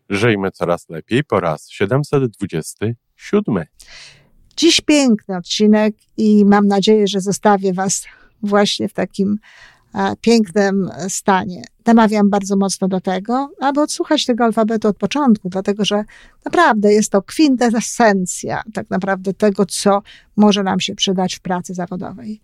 Żyjmy coraz lepiej po raz 727. Dziś piękny odcinek i mam nadzieję, że zostawię Was właśnie w takim pięknym stanie. Namawiam bardzo mocno do tego, aby odsłuchać tego alfabetu od początku, dlatego że naprawdę jest to kwintesencja tak naprawdę tego, co może nam się przydać w pracy zawodowej.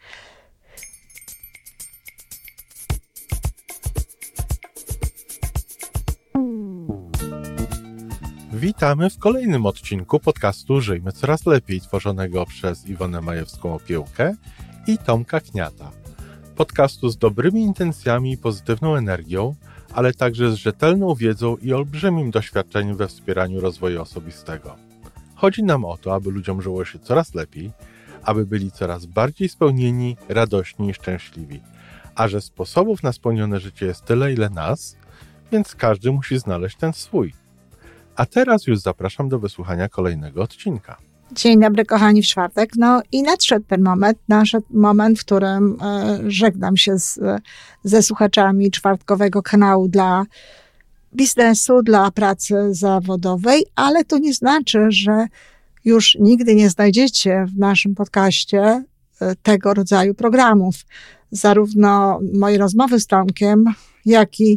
Witamy w kolejnym odcinku podcastu Żyjmy Coraz Lepiej, tworzonego przez Iwonę Majewską-Opiełkę i Tomka Kniata. Podcastu z dobrymi intencjami i pozytywną energią, ale także z rzetelną wiedzą i olbrzymim doświadczeniem we wspieraniu rozwoju osobistego. Chodzi nam o to, aby ludziom żyło się coraz lepiej, aby byli coraz bardziej spełnieni, radośni i szczęśliwi. A że sposobów na spełnione życie jest tyle, ile nas, więc każdy musi znaleźć ten swój. A teraz już zapraszam do wysłuchania kolejnego odcinka. Dzień dobry, kochani, w czwartek. No i nadszedł ten moment, w którym żegnam się ze słuchaczami czwartkowego kanału dla biznesu, dla pracy zawodowej, ale to nie znaczy, że już nigdy nie znajdziecie w naszym podcaście tego rodzaju programów. Zarówno moje rozmowy z Tomkiem, jak i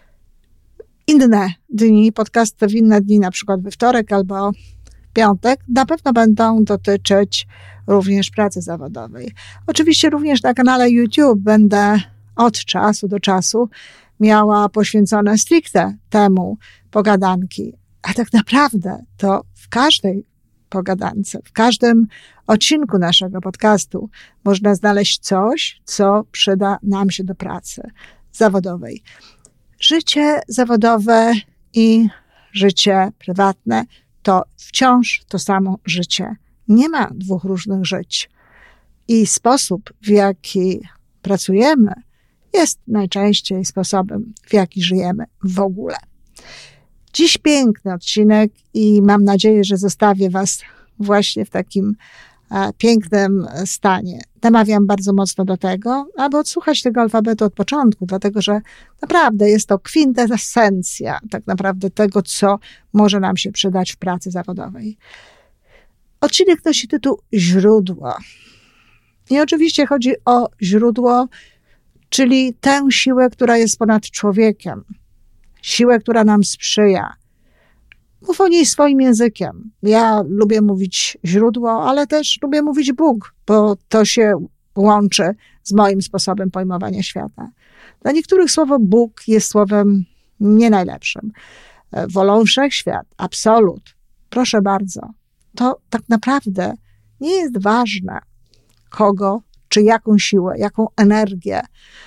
inne dni, podcasty w inne dni, na przykład we wtorek albo piątek, na pewno będą dotyczyć również pracy zawodowej. Oczywiście również na kanale YouTube będę od czasu do czasu miała poświęcone stricte temu pogadanki. A tak naprawdę to w każdej pogadance, w każdym odcinku naszego podcastu można znaleźć coś, co przyda nam się do pracy zawodowej. Życie zawodowe i życie prywatne to wciąż to samo życie. Nie ma dwóch różnych żyć. I sposób, w jaki pracujemy, jest najczęściej sposobem, w jaki żyjemy w ogóle. Dziś piękny odcinek i mam nadzieję, że zostawię Was właśnie w takim pięknym stanie. Namawiam bardzo mocno do tego, aby odsłuchać tego alfabetu od początku, dlatego że naprawdę jest to kwintesencja tak naprawdę tego, co może nam się przydać w pracy zawodowej. Odcinek nosi tytuł Źródło. I oczywiście chodzi o źródło, czyli tę siłę, która jest ponad człowiekiem. Siłę, która nam sprzyja. Mów o niej swoim językiem. Ja lubię mówić źródło, ale też lubię mówić Bóg, bo to się łączy z moim sposobem pojmowania świata. Dla niektórych słowo Bóg jest słowem nie najlepszym. Wolą wszechświat, absolut. Proszę bardzo. To tak naprawdę nie jest ważne, kogo, czy jaką siłę, jaką energię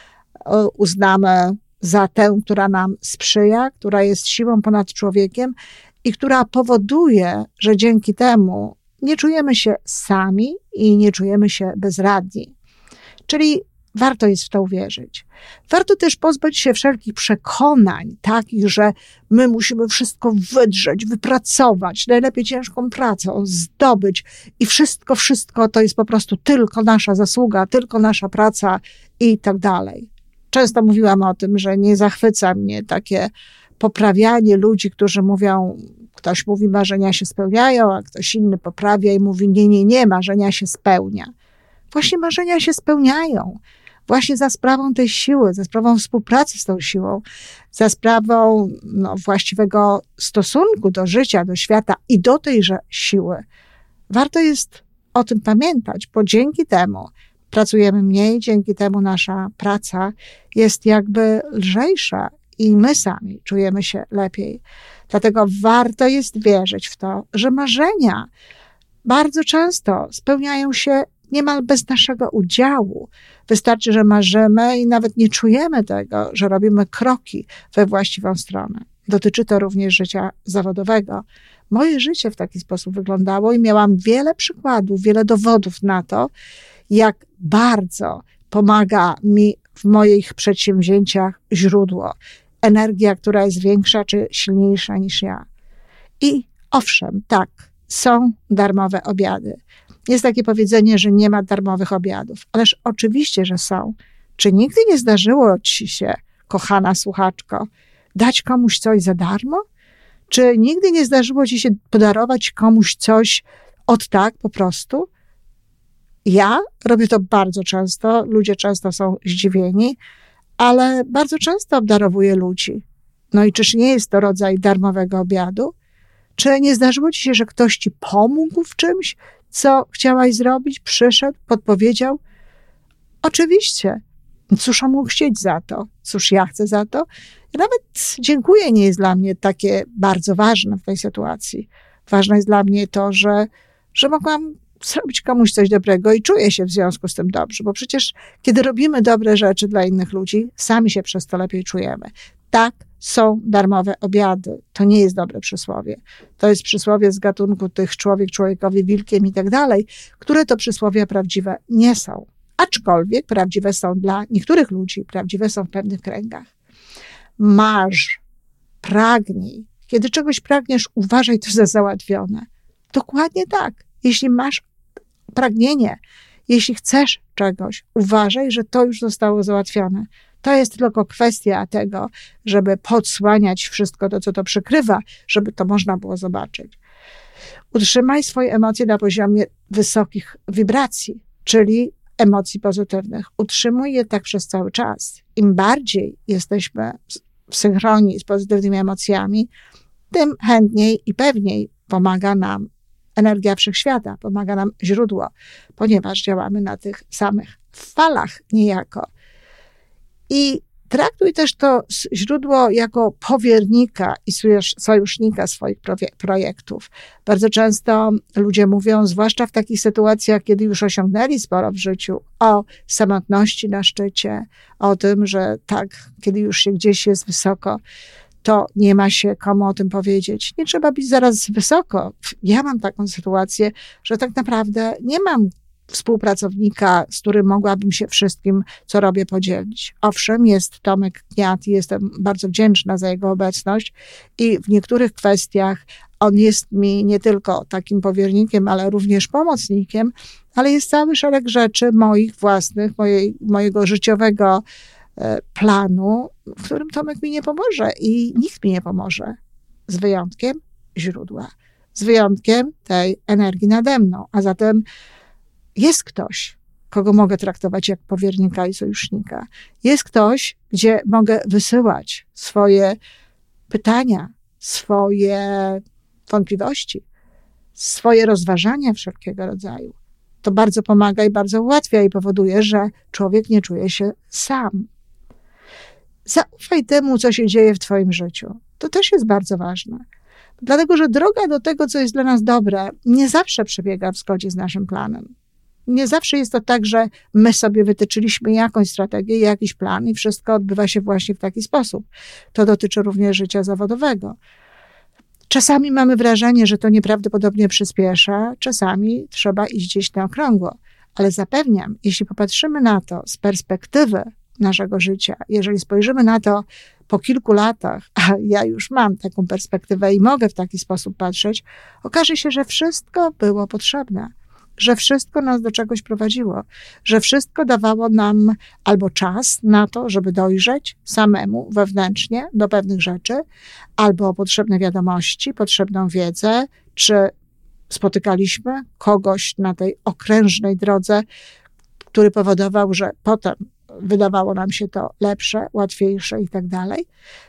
uznamy za tę, która nam sprzyja, która jest siłą ponad człowiekiem i która powoduje, że dzięki temu nie czujemy się sami i nie czujemy się bezradni. Czyli warto jest w to uwierzyć. Warto też pozbyć się wszelkich przekonań, takich, że my musimy wszystko wydrzeć, wypracować, najlepiej ciężką pracą, zdobyć i wszystko to jest po prostu tylko nasza zasługa, tylko nasza praca i tak dalej. Często mówiłam o tym, że nie zachwyca mnie takie poprawianie ludzi, którzy mówią, ktoś mówi, marzenia się spełniają, a ktoś inny poprawia i mówi, nie, marzenia się spełnia. Właśnie marzenia się spełniają. Właśnie za sprawą tej siły, za sprawą współpracy z tą siłą, za sprawą właściwego stosunku do życia, do świata i do tejże siły. Warto jest o tym pamiętać, bo dzięki temu pracujemy mniej, dzięki temu nasza praca jest jakby lżejsza i my sami czujemy się lepiej. Dlatego warto jest wierzyć w to, że marzenia bardzo często spełniają się niemal bez naszego udziału. Wystarczy, że marzymy i nawet nie czujemy tego, że robimy kroki we właściwą stronę. Dotyczy to również życia zawodowego. Moje życie w taki sposób wyglądało i miałam wiele przykładów, wiele dowodów na to, jak bardzo pomaga mi w moich przedsięwzięciach źródło. Energia, która jest większa czy silniejsza niż ja. I owszem, tak, są darmowe obiady. Jest takie powiedzenie, że nie ma darmowych obiadów. Ależ oczywiście, że są. Czy nigdy nie zdarzyło ci się, kochana słuchaczko, dać komuś coś za darmo? Czy nigdy nie zdarzyło ci się podarować komuś coś od tak po prostu? Ja robię to bardzo często, ludzie często są zdziwieni, ale bardzo często obdarowuję ludzi. No i czyż nie jest to rodzaj darmowego obiadu? Czy nie zdarzyło ci się, że ktoś ci pomógł w czymś, co chciałaś zrobić, przyszedł, podpowiedział? Oczywiście. Cóż on mógł chcieć za to? Cóż ja chcę za to? I nawet dziękuję nie jest dla mnie takie bardzo ważne w tej sytuacji. Ważne jest dla mnie to, że mogłam zrobić komuś coś dobrego i czuję się w związku z tym dobrze, bo przecież kiedy robimy dobre rzeczy dla innych ludzi, sami się przez to lepiej czujemy. Tak, są darmowe obiady. To nie jest dobre przysłowie. To jest przysłowie z gatunku tych człowiek człowiekowi wilkiem i tak dalej, które to przysłowia prawdziwe nie są. Aczkolwiek prawdziwe są dla niektórych ludzi, prawdziwe są w pewnych kręgach. Marz, pragnij. Kiedy czegoś pragniesz, uważaj to za załatwione. Dokładnie tak. Jeśli masz pragnienie, jeśli chcesz czegoś, uważaj, że to już zostało załatwione. To jest tylko kwestia tego, żeby podsłaniać wszystko to, co to przykrywa, żeby to można było zobaczyć. Utrzymaj swoje emocje na poziomie wysokich wibracji, czyli emocji pozytywnych. Utrzymuj je tak przez cały czas. Im bardziej jesteśmy w synchronii z pozytywnymi emocjami, tym chętniej i pewniej pomaga nam energia wszechświata, pomaga nam źródło, ponieważ działamy na tych samych falach niejako. I traktuj też to źródło jako powiernika i sojusznika swoich projektów. Bardzo często ludzie mówią, zwłaszcza w takich sytuacjach, kiedy już osiągnęli sporo w życiu, o samotności na szczycie, o tym, że tak, kiedy już się gdzieś jest wysoko, to nie ma się komu o tym powiedzieć. Nie trzeba być zaraz wysoko. Ja mam taką sytuację, że tak naprawdę nie mam współpracownika, z którym mogłabym się wszystkim, co robię, podzielić. Owszem, jest Tomek Kniat i jestem bardzo wdzięczna za jego obecność i w niektórych kwestiach on jest mi nie tylko takim powiernikiem, ale również pomocnikiem, ale jest cały szereg rzeczy moich własnych, mojego życiowego planu, w którym Tomek mi nie pomoże i nikt mi nie pomoże. Z wyjątkiem źródła. Z wyjątkiem tej energii nade mną. A zatem jest ktoś, kogo mogę traktować jak powiernika i sojusznika. Jest ktoś, gdzie mogę wysyłać swoje pytania, swoje wątpliwości, swoje rozważania wszelkiego rodzaju. To bardzo pomaga i bardzo ułatwia i powoduje, że człowiek nie czuje się sam. Zaufaj temu, co się dzieje w twoim życiu. To też jest bardzo ważne. Dlatego, że droga do tego, co jest dla nas dobre, nie zawsze przebiega w zgodzie z naszym planem. Nie zawsze jest to tak, że my sobie wytyczyliśmy jakąś strategię, jakiś plan i wszystko odbywa się właśnie w taki sposób. To dotyczy również życia zawodowego. Czasami mamy wrażenie, że to nieprawdopodobnie przyspiesza, czasami trzeba iść gdzieś na okrągło. Ale zapewniam, jeśli popatrzymy na to z perspektywy naszego życia, jeżeli spojrzymy na to po kilku latach, a ja już mam taką perspektywę i mogę w taki sposób patrzeć, okaże się, że wszystko było potrzebne. Że wszystko nas do czegoś prowadziło, że wszystko dawało nam albo czas na to, żeby dojrzeć samemu, wewnętrznie do pewnych rzeczy, albo potrzebne wiadomości, potrzebną wiedzę, czy spotykaliśmy kogoś na tej okrężnej drodze, który powodował, że potem wydawało nam się to lepsze, łatwiejsze i tak dalej.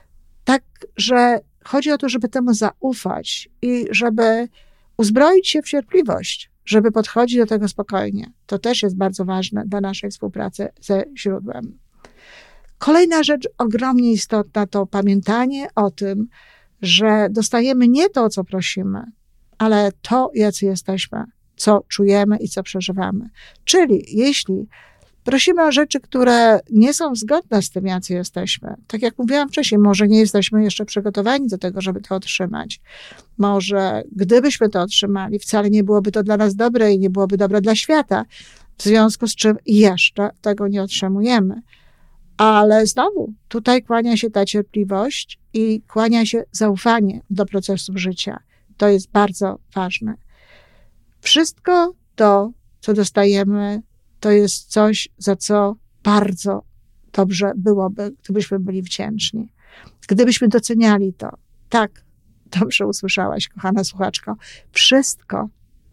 Także chodzi o to, żeby temu zaufać i żeby uzbroić się w cierpliwość, żeby podchodzić do tego spokojnie. To też jest bardzo ważne dla naszej współpracy ze źródłem. Kolejna rzecz ogromnie istotna to pamiętanie o tym, że dostajemy nie to, o co prosimy, ale to, jacy jesteśmy, co czujemy i co przeżywamy. Czyli jeśli prosimy o rzeczy, które nie są zgodne z tym, jacy jesteśmy. Tak jak mówiłam wcześniej, może nie jesteśmy jeszcze przygotowani do tego, żeby to otrzymać. Może gdybyśmy to otrzymali, wcale nie byłoby to dla nas dobre i nie byłoby dobre dla świata, w związku z czym jeszcze tego nie otrzymujemy. Ale znowu, tutaj kłania się ta cierpliwość i kłania się zaufanie do procesów życia. To jest bardzo ważne. Wszystko to, co dostajemy, to jest coś, za co bardzo dobrze byłoby, gdybyśmy byli wdzięczni. Gdybyśmy doceniali to. Tak, dobrze usłyszałaś, kochana słuchaczko. Wszystko.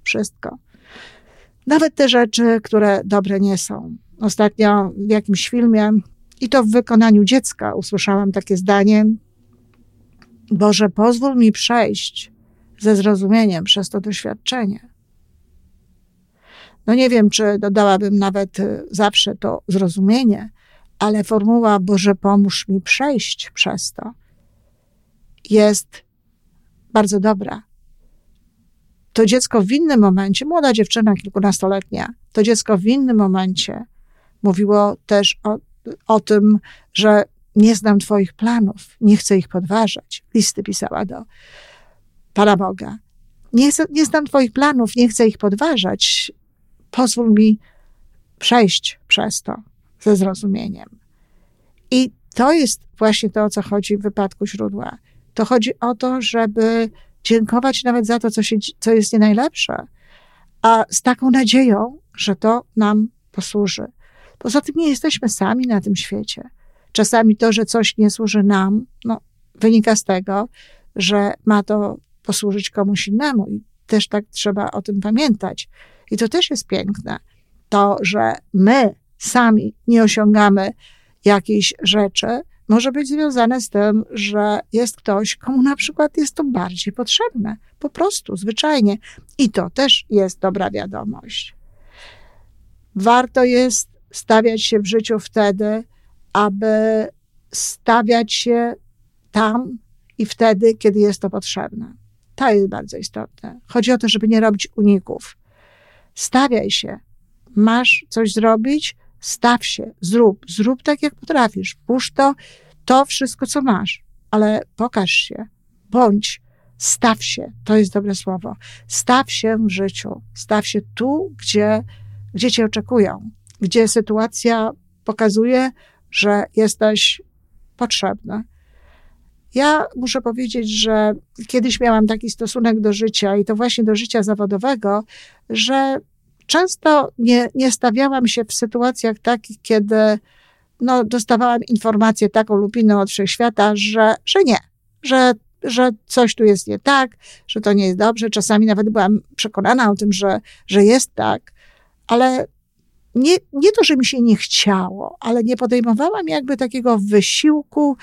Nawet te rzeczy, które dobre nie są. Ostatnio w jakimś filmie, i to w wykonaniu dziecka, usłyszałam takie zdanie: Boże, pozwól mi przejść ze zrozumieniem przez to doświadczenie. No nie wiem, czy dodałabym nawet zawsze to zrozumienie, ale formuła Boże, pomóż mi przejść przez to jest bardzo dobra. To dziecko w innym momencie, młoda dziewczyna, kilkunastoletnia, to dziecko w innym momencie mówiło też o tym, że nie znam twoich planów, nie chcę ich podważać. Listy pisała do Pana Boga. Nie znam twoich planów, nie chcę ich podważać. Pozwól mi przejść przez to ze zrozumieniem. I to jest właśnie to, o co chodzi w wypadku źródła. To chodzi o to, żeby dziękować nawet za to, co jest nie najlepsze, a z taką nadzieją, że to nam posłuży. Poza tym nie jesteśmy sami na tym świecie. Czasami to, że coś nie służy nam, wynika z tego, że ma to posłużyć komuś innemu i też tak trzeba o tym pamiętać. I to też jest piękne. To, że my sami nie osiągamy jakiejś rzeczy, może być związane z tym, że jest ktoś, komu na przykład jest to bardziej potrzebne. Po prostu, zwyczajnie. I to też jest dobra wiadomość. Warto jest stawiać się w życiu wtedy, aby stawiać się tam i wtedy, kiedy jest to potrzebne. To jest bardzo istotne. Chodzi o to, żeby nie robić uników. Stawiaj się. Masz coś zrobić? Staw się. Zrób tak, jak potrafisz. Włóż to wszystko, co masz. Ale pokaż się. Bądź. Staw się. To jest dobre słowo. Staw się w życiu. Staw się tu, gdzie cię oczekują. Gdzie sytuacja pokazuje, że jesteś potrzebny. Ja muszę powiedzieć, że kiedyś miałam taki stosunek do życia i to właśnie do życia zawodowego, że często nie stawiałam się w sytuacjach takich, kiedy dostawałam informację taką lub inną od wszechświata, że nie, że coś tu jest nie tak, że to nie jest dobrze. Czasami nawet byłam przekonana o tym, że jest tak, ale nie to, że mi się nie chciało, ale nie podejmowałam jakby takiego wysiłku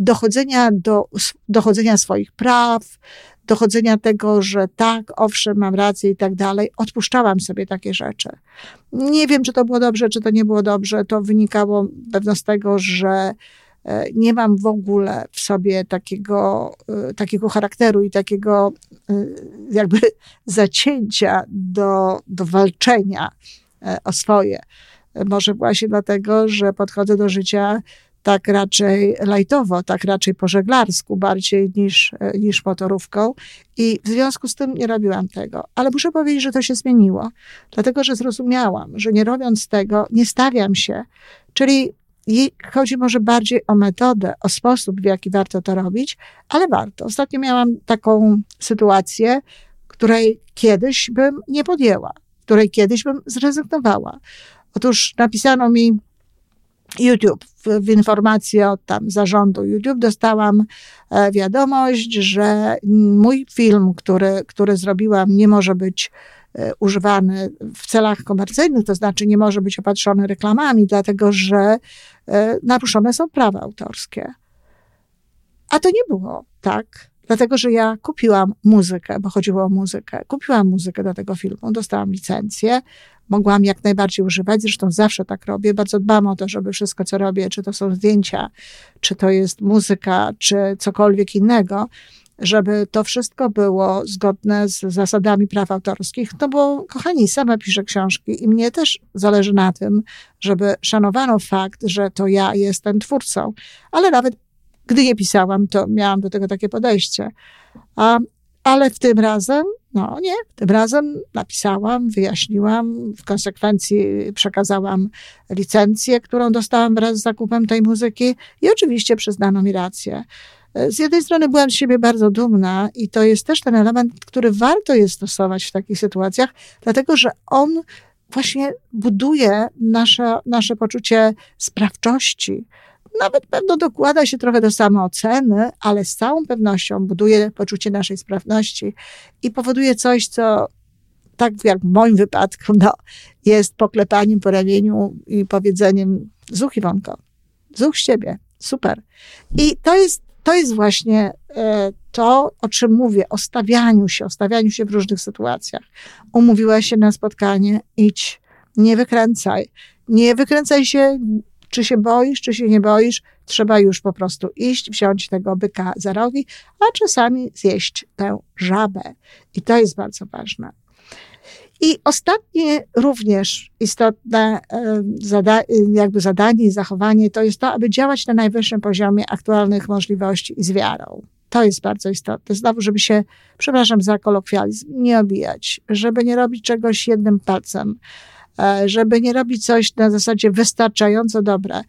dochodzenia swoich praw, dochodzenia tego, że tak, owszem, mam rację i tak dalej. Odpuszczałam sobie takie rzeczy. Nie wiem, czy to było dobrze, czy to nie było dobrze. To wynikało pewno z tego, że nie mam w ogóle w sobie takiego charakteru i takiego jakby zacięcia do walczenia o swoje. Może właśnie dlatego, że podchodzę do życia tak raczej lajtowo, tak raczej po żeglarsku bardziej niż motorówką i w związku z tym nie robiłam tego. Ale muszę powiedzieć, że to się zmieniło, dlatego że zrozumiałam, że nie robiąc tego, nie stawiam się. Czyli chodzi może bardziej o metodę, o sposób, w jaki warto to robić, ale warto. Ostatnio miałam taką sytuację, której kiedyś bym nie podjęła, której kiedyś bym zrezygnowała. Otóż napisano mi YouTube, w informacji od zarządu YouTube dostałam wiadomość, że mój film, który zrobiłam, nie może być używany w celach komercyjnych, to znaczy nie może być opatrzony reklamami, dlatego że naruszone są prawa autorskie. A to nie było tak, dlatego że ja kupiłam muzykę, bo chodziło o muzykę. Kupiłam muzykę do tego filmu, dostałam licencję, mogłam jak najbardziej używać, zresztą zawsze tak robię, bardzo dbam o to, żeby wszystko, co robię, czy to są zdjęcia, czy to jest muzyka, czy cokolwiek innego, żeby to wszystko było zgodne z zasadami praw autorskich, no bo kochani, sama piszę książki i mnie też zależy na tym, żeby szanowano fakt, że to ja jestem twórcą, ale nawet gdy nie pisałam, to miałam do tego takie podejście. Ale w tym razem, tym razem napisałam, wyjaśniłam, w konsekwencji przekazałam licencję, którą dostałam wraz z zakupem tej muzyki i oczywiście przyznano mi rację. Z jednej strony byłam z siebie bardzo dumna i to jest też ten element, który warto jest stosować w takich sytuacjach, dlatego że on właśnie buduje nasze poczucie sprawczości. nawet pewno dokłada się trochę do samooceny, ale z całą pewnością buduje poczucie naszej sprawności i powoduje coś, co tak jak w moim wypadku, jest poklepaniem po ramieniu i powiedzeniem: zuch, Iwonko, zuch z ciebie, super. I to jest właśnie to, o czym mówię, o stawianiu się w różnych sytuacjach. Umówiłaś się na spotkanie, idź, nie wykręcaj się, czy się boisz, czy się nie boisz, trzeba już po prostu iść, wziąć tego byka za rogi, a czasami zjeść tę żabę. I to jest bardzo ważne. I ostatnie również istotne zadanie i zachowanie to jest to, aby działać na najwyższym poziomie aktualnych możliwości i z wiarą. To jest bardzo istotne. Znowu, żeby się, przepraszam za kolokwializm, nie obijać, żeby nie robić czegoś jednym palcem, żeby nie robić coś na zasadzie wystarczająco dobre,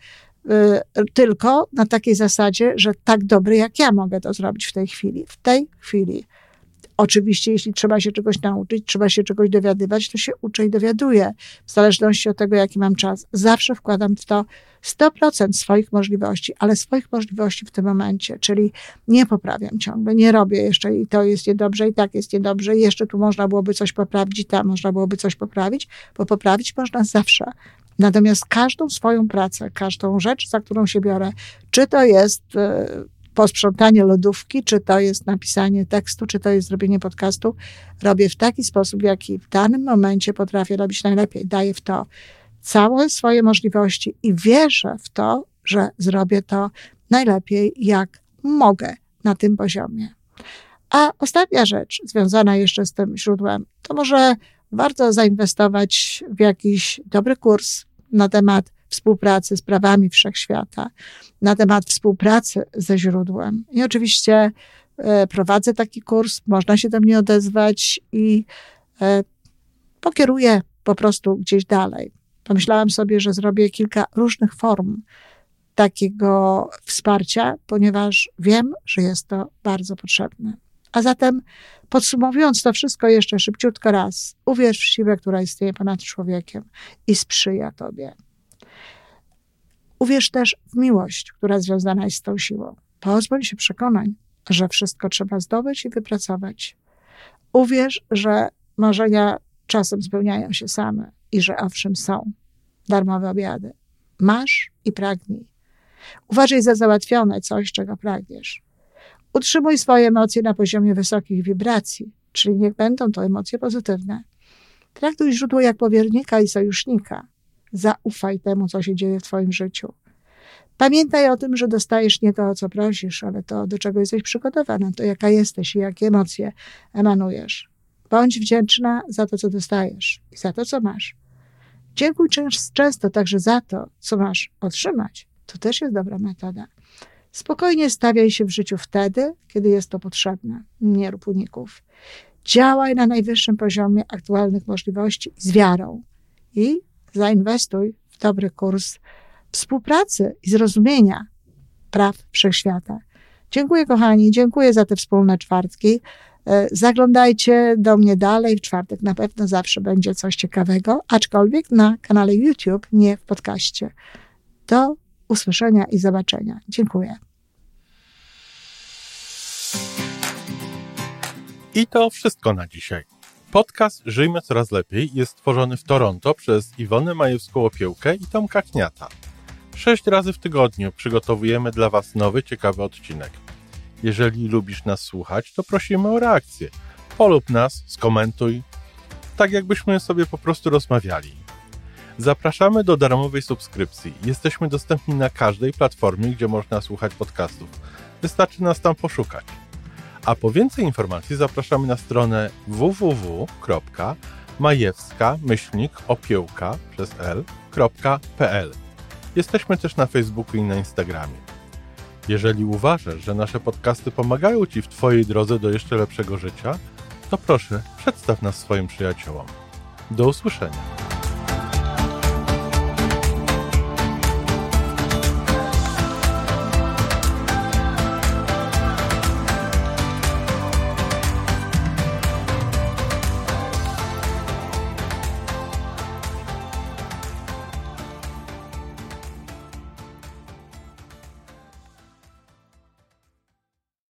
tylko na takiej zasadzie, że tak dobre jak ja mogę to zrobić w tej chwili. Oczywiście, jeśli trzeba się czegoś nauczyć, trzeba się czegoś dowiadywać, to się uczę i dowiaduję. W zależności od tego, jaki mam czas. Zawsze wkładam w to 100% swoich możliwości, ale swoich możliwości w tym momencie, czyli nie poprawiam ciągle, nie robię jeszcze i to jest niedobrze, i tak jest niedobrze, i jeszcze tu można byłoby coś poprawić, i tam można byłoby coś poprawić, bo poprawić można zawsze. Natomiast każdą swoją pracę, każdą rzecz, za którą się biorę, czy to jest posprzątanie lodówki, czy to jest napisanie tekstu, czy to jest zrobienie podcastu, robię w taki sposób, jaki w danym momencie potrafię robić najlepiej. Daję w to całe swoje możliwości i wierzę w to, że zrobię to najlepiej, jak mogę na tym poziomie. A ostatnia rzecz związana jeszcze z tym źródłem, to może warto zainwestować w jakiś dobry kurs na temat współpracy z prawami wszechświata, na temat współpracy ze źródłem. I oczywiście prowadzę taki kurs, można się do mnie odezwać i pokieruję po prostu gdzieś dalej. Pomyślałam sobie, że zrobię kilka różnych form takiego wsparcia, ponieważ wiem, że jest to bardzo potrzebne. A zatem podsumowując to wszystko jeszcze szybciutko raz, uwierz w siłę, która istnieje ponad człowiekiem i sprzyja tobie. Uwierz też w miłość, która związana jest z tą siłą. Pozbądź się przekonań, że wszystko trzeba zdobyć i wypracować. Uwierz, że marzenia czasem spełniają się same i że owszem są darmowe obiady. Masz i pragnij. Uważaj za załatwione coś, czego pragniesz. Utrzymuj swoje emocje na poziomie wysokich wibracji, czyli niech będą to emocje pozytywne. Traktuj źródło jak powiernika i sojusznika. Zaufaj temu, co się dzieje w twoim życiu. Pamiętaj o tym, że dostajesz nie to, o co prosisz, ale to, do czego jesteś przygotowana, to jaka jesteś i jakie emocje emanujesz. Bądź wdzięczna za to, co dostajesz i za to, co masz. Dziękuj często także za to, co masz otrzymać. To też jest dobra metoda. Spokojnie stawiaj się w życiu wtedy, kiedy jest to potrzebne. Nie rób uników. Działaj na najwyższym poziomie aktualnych możliwości z wiarą i zainwestuj w dobry kurs współpracy i zrozumienia praw wszechświata. Dziękuję, kochani, dziękuję za te wspólne czwartki. Zaglądajcie do mnie dalej. W czwartek na pewno zawsze będzie coś ciekawego, aczkolwiek na kanale YouTube, nie w podcaście. Do usłyszenia i zobaczenia. Dziękuję. I to wszystko na dzisiaj. Podcast Żyjmy Coraz Lepiej jest tworzony w Toronto przez Iwonę Majewską-Opiełkę i Tomka Kniata. 6 razy w tygodniu przygotowujemy dla Was nowy, ciekawy odcinek. Jeżeli lubisz nas słuchać, to prosimy o reakcję. Polub nas, skomentuj, tak jakbyśmy sobie po prostu rozmawiali. Zapraszamy do darmowej subskrypcji. Jesteśmy dostępni na każdej platformie, gdzie można słuchać podcastów. Wystarczy nas tam poszukać. A po więcej informacji zapraszamy na stronę www.majewska-opiełka.pl. Jesteśmy też na Facebooku i na Instagramie. Jeżeli uważasz, że nasze podcasty pomagają Ci w Twojej drodze do jeszcze lepszego życia, to proszę, przedstaw nas swoim przyjaciołom. Do usłyszenia.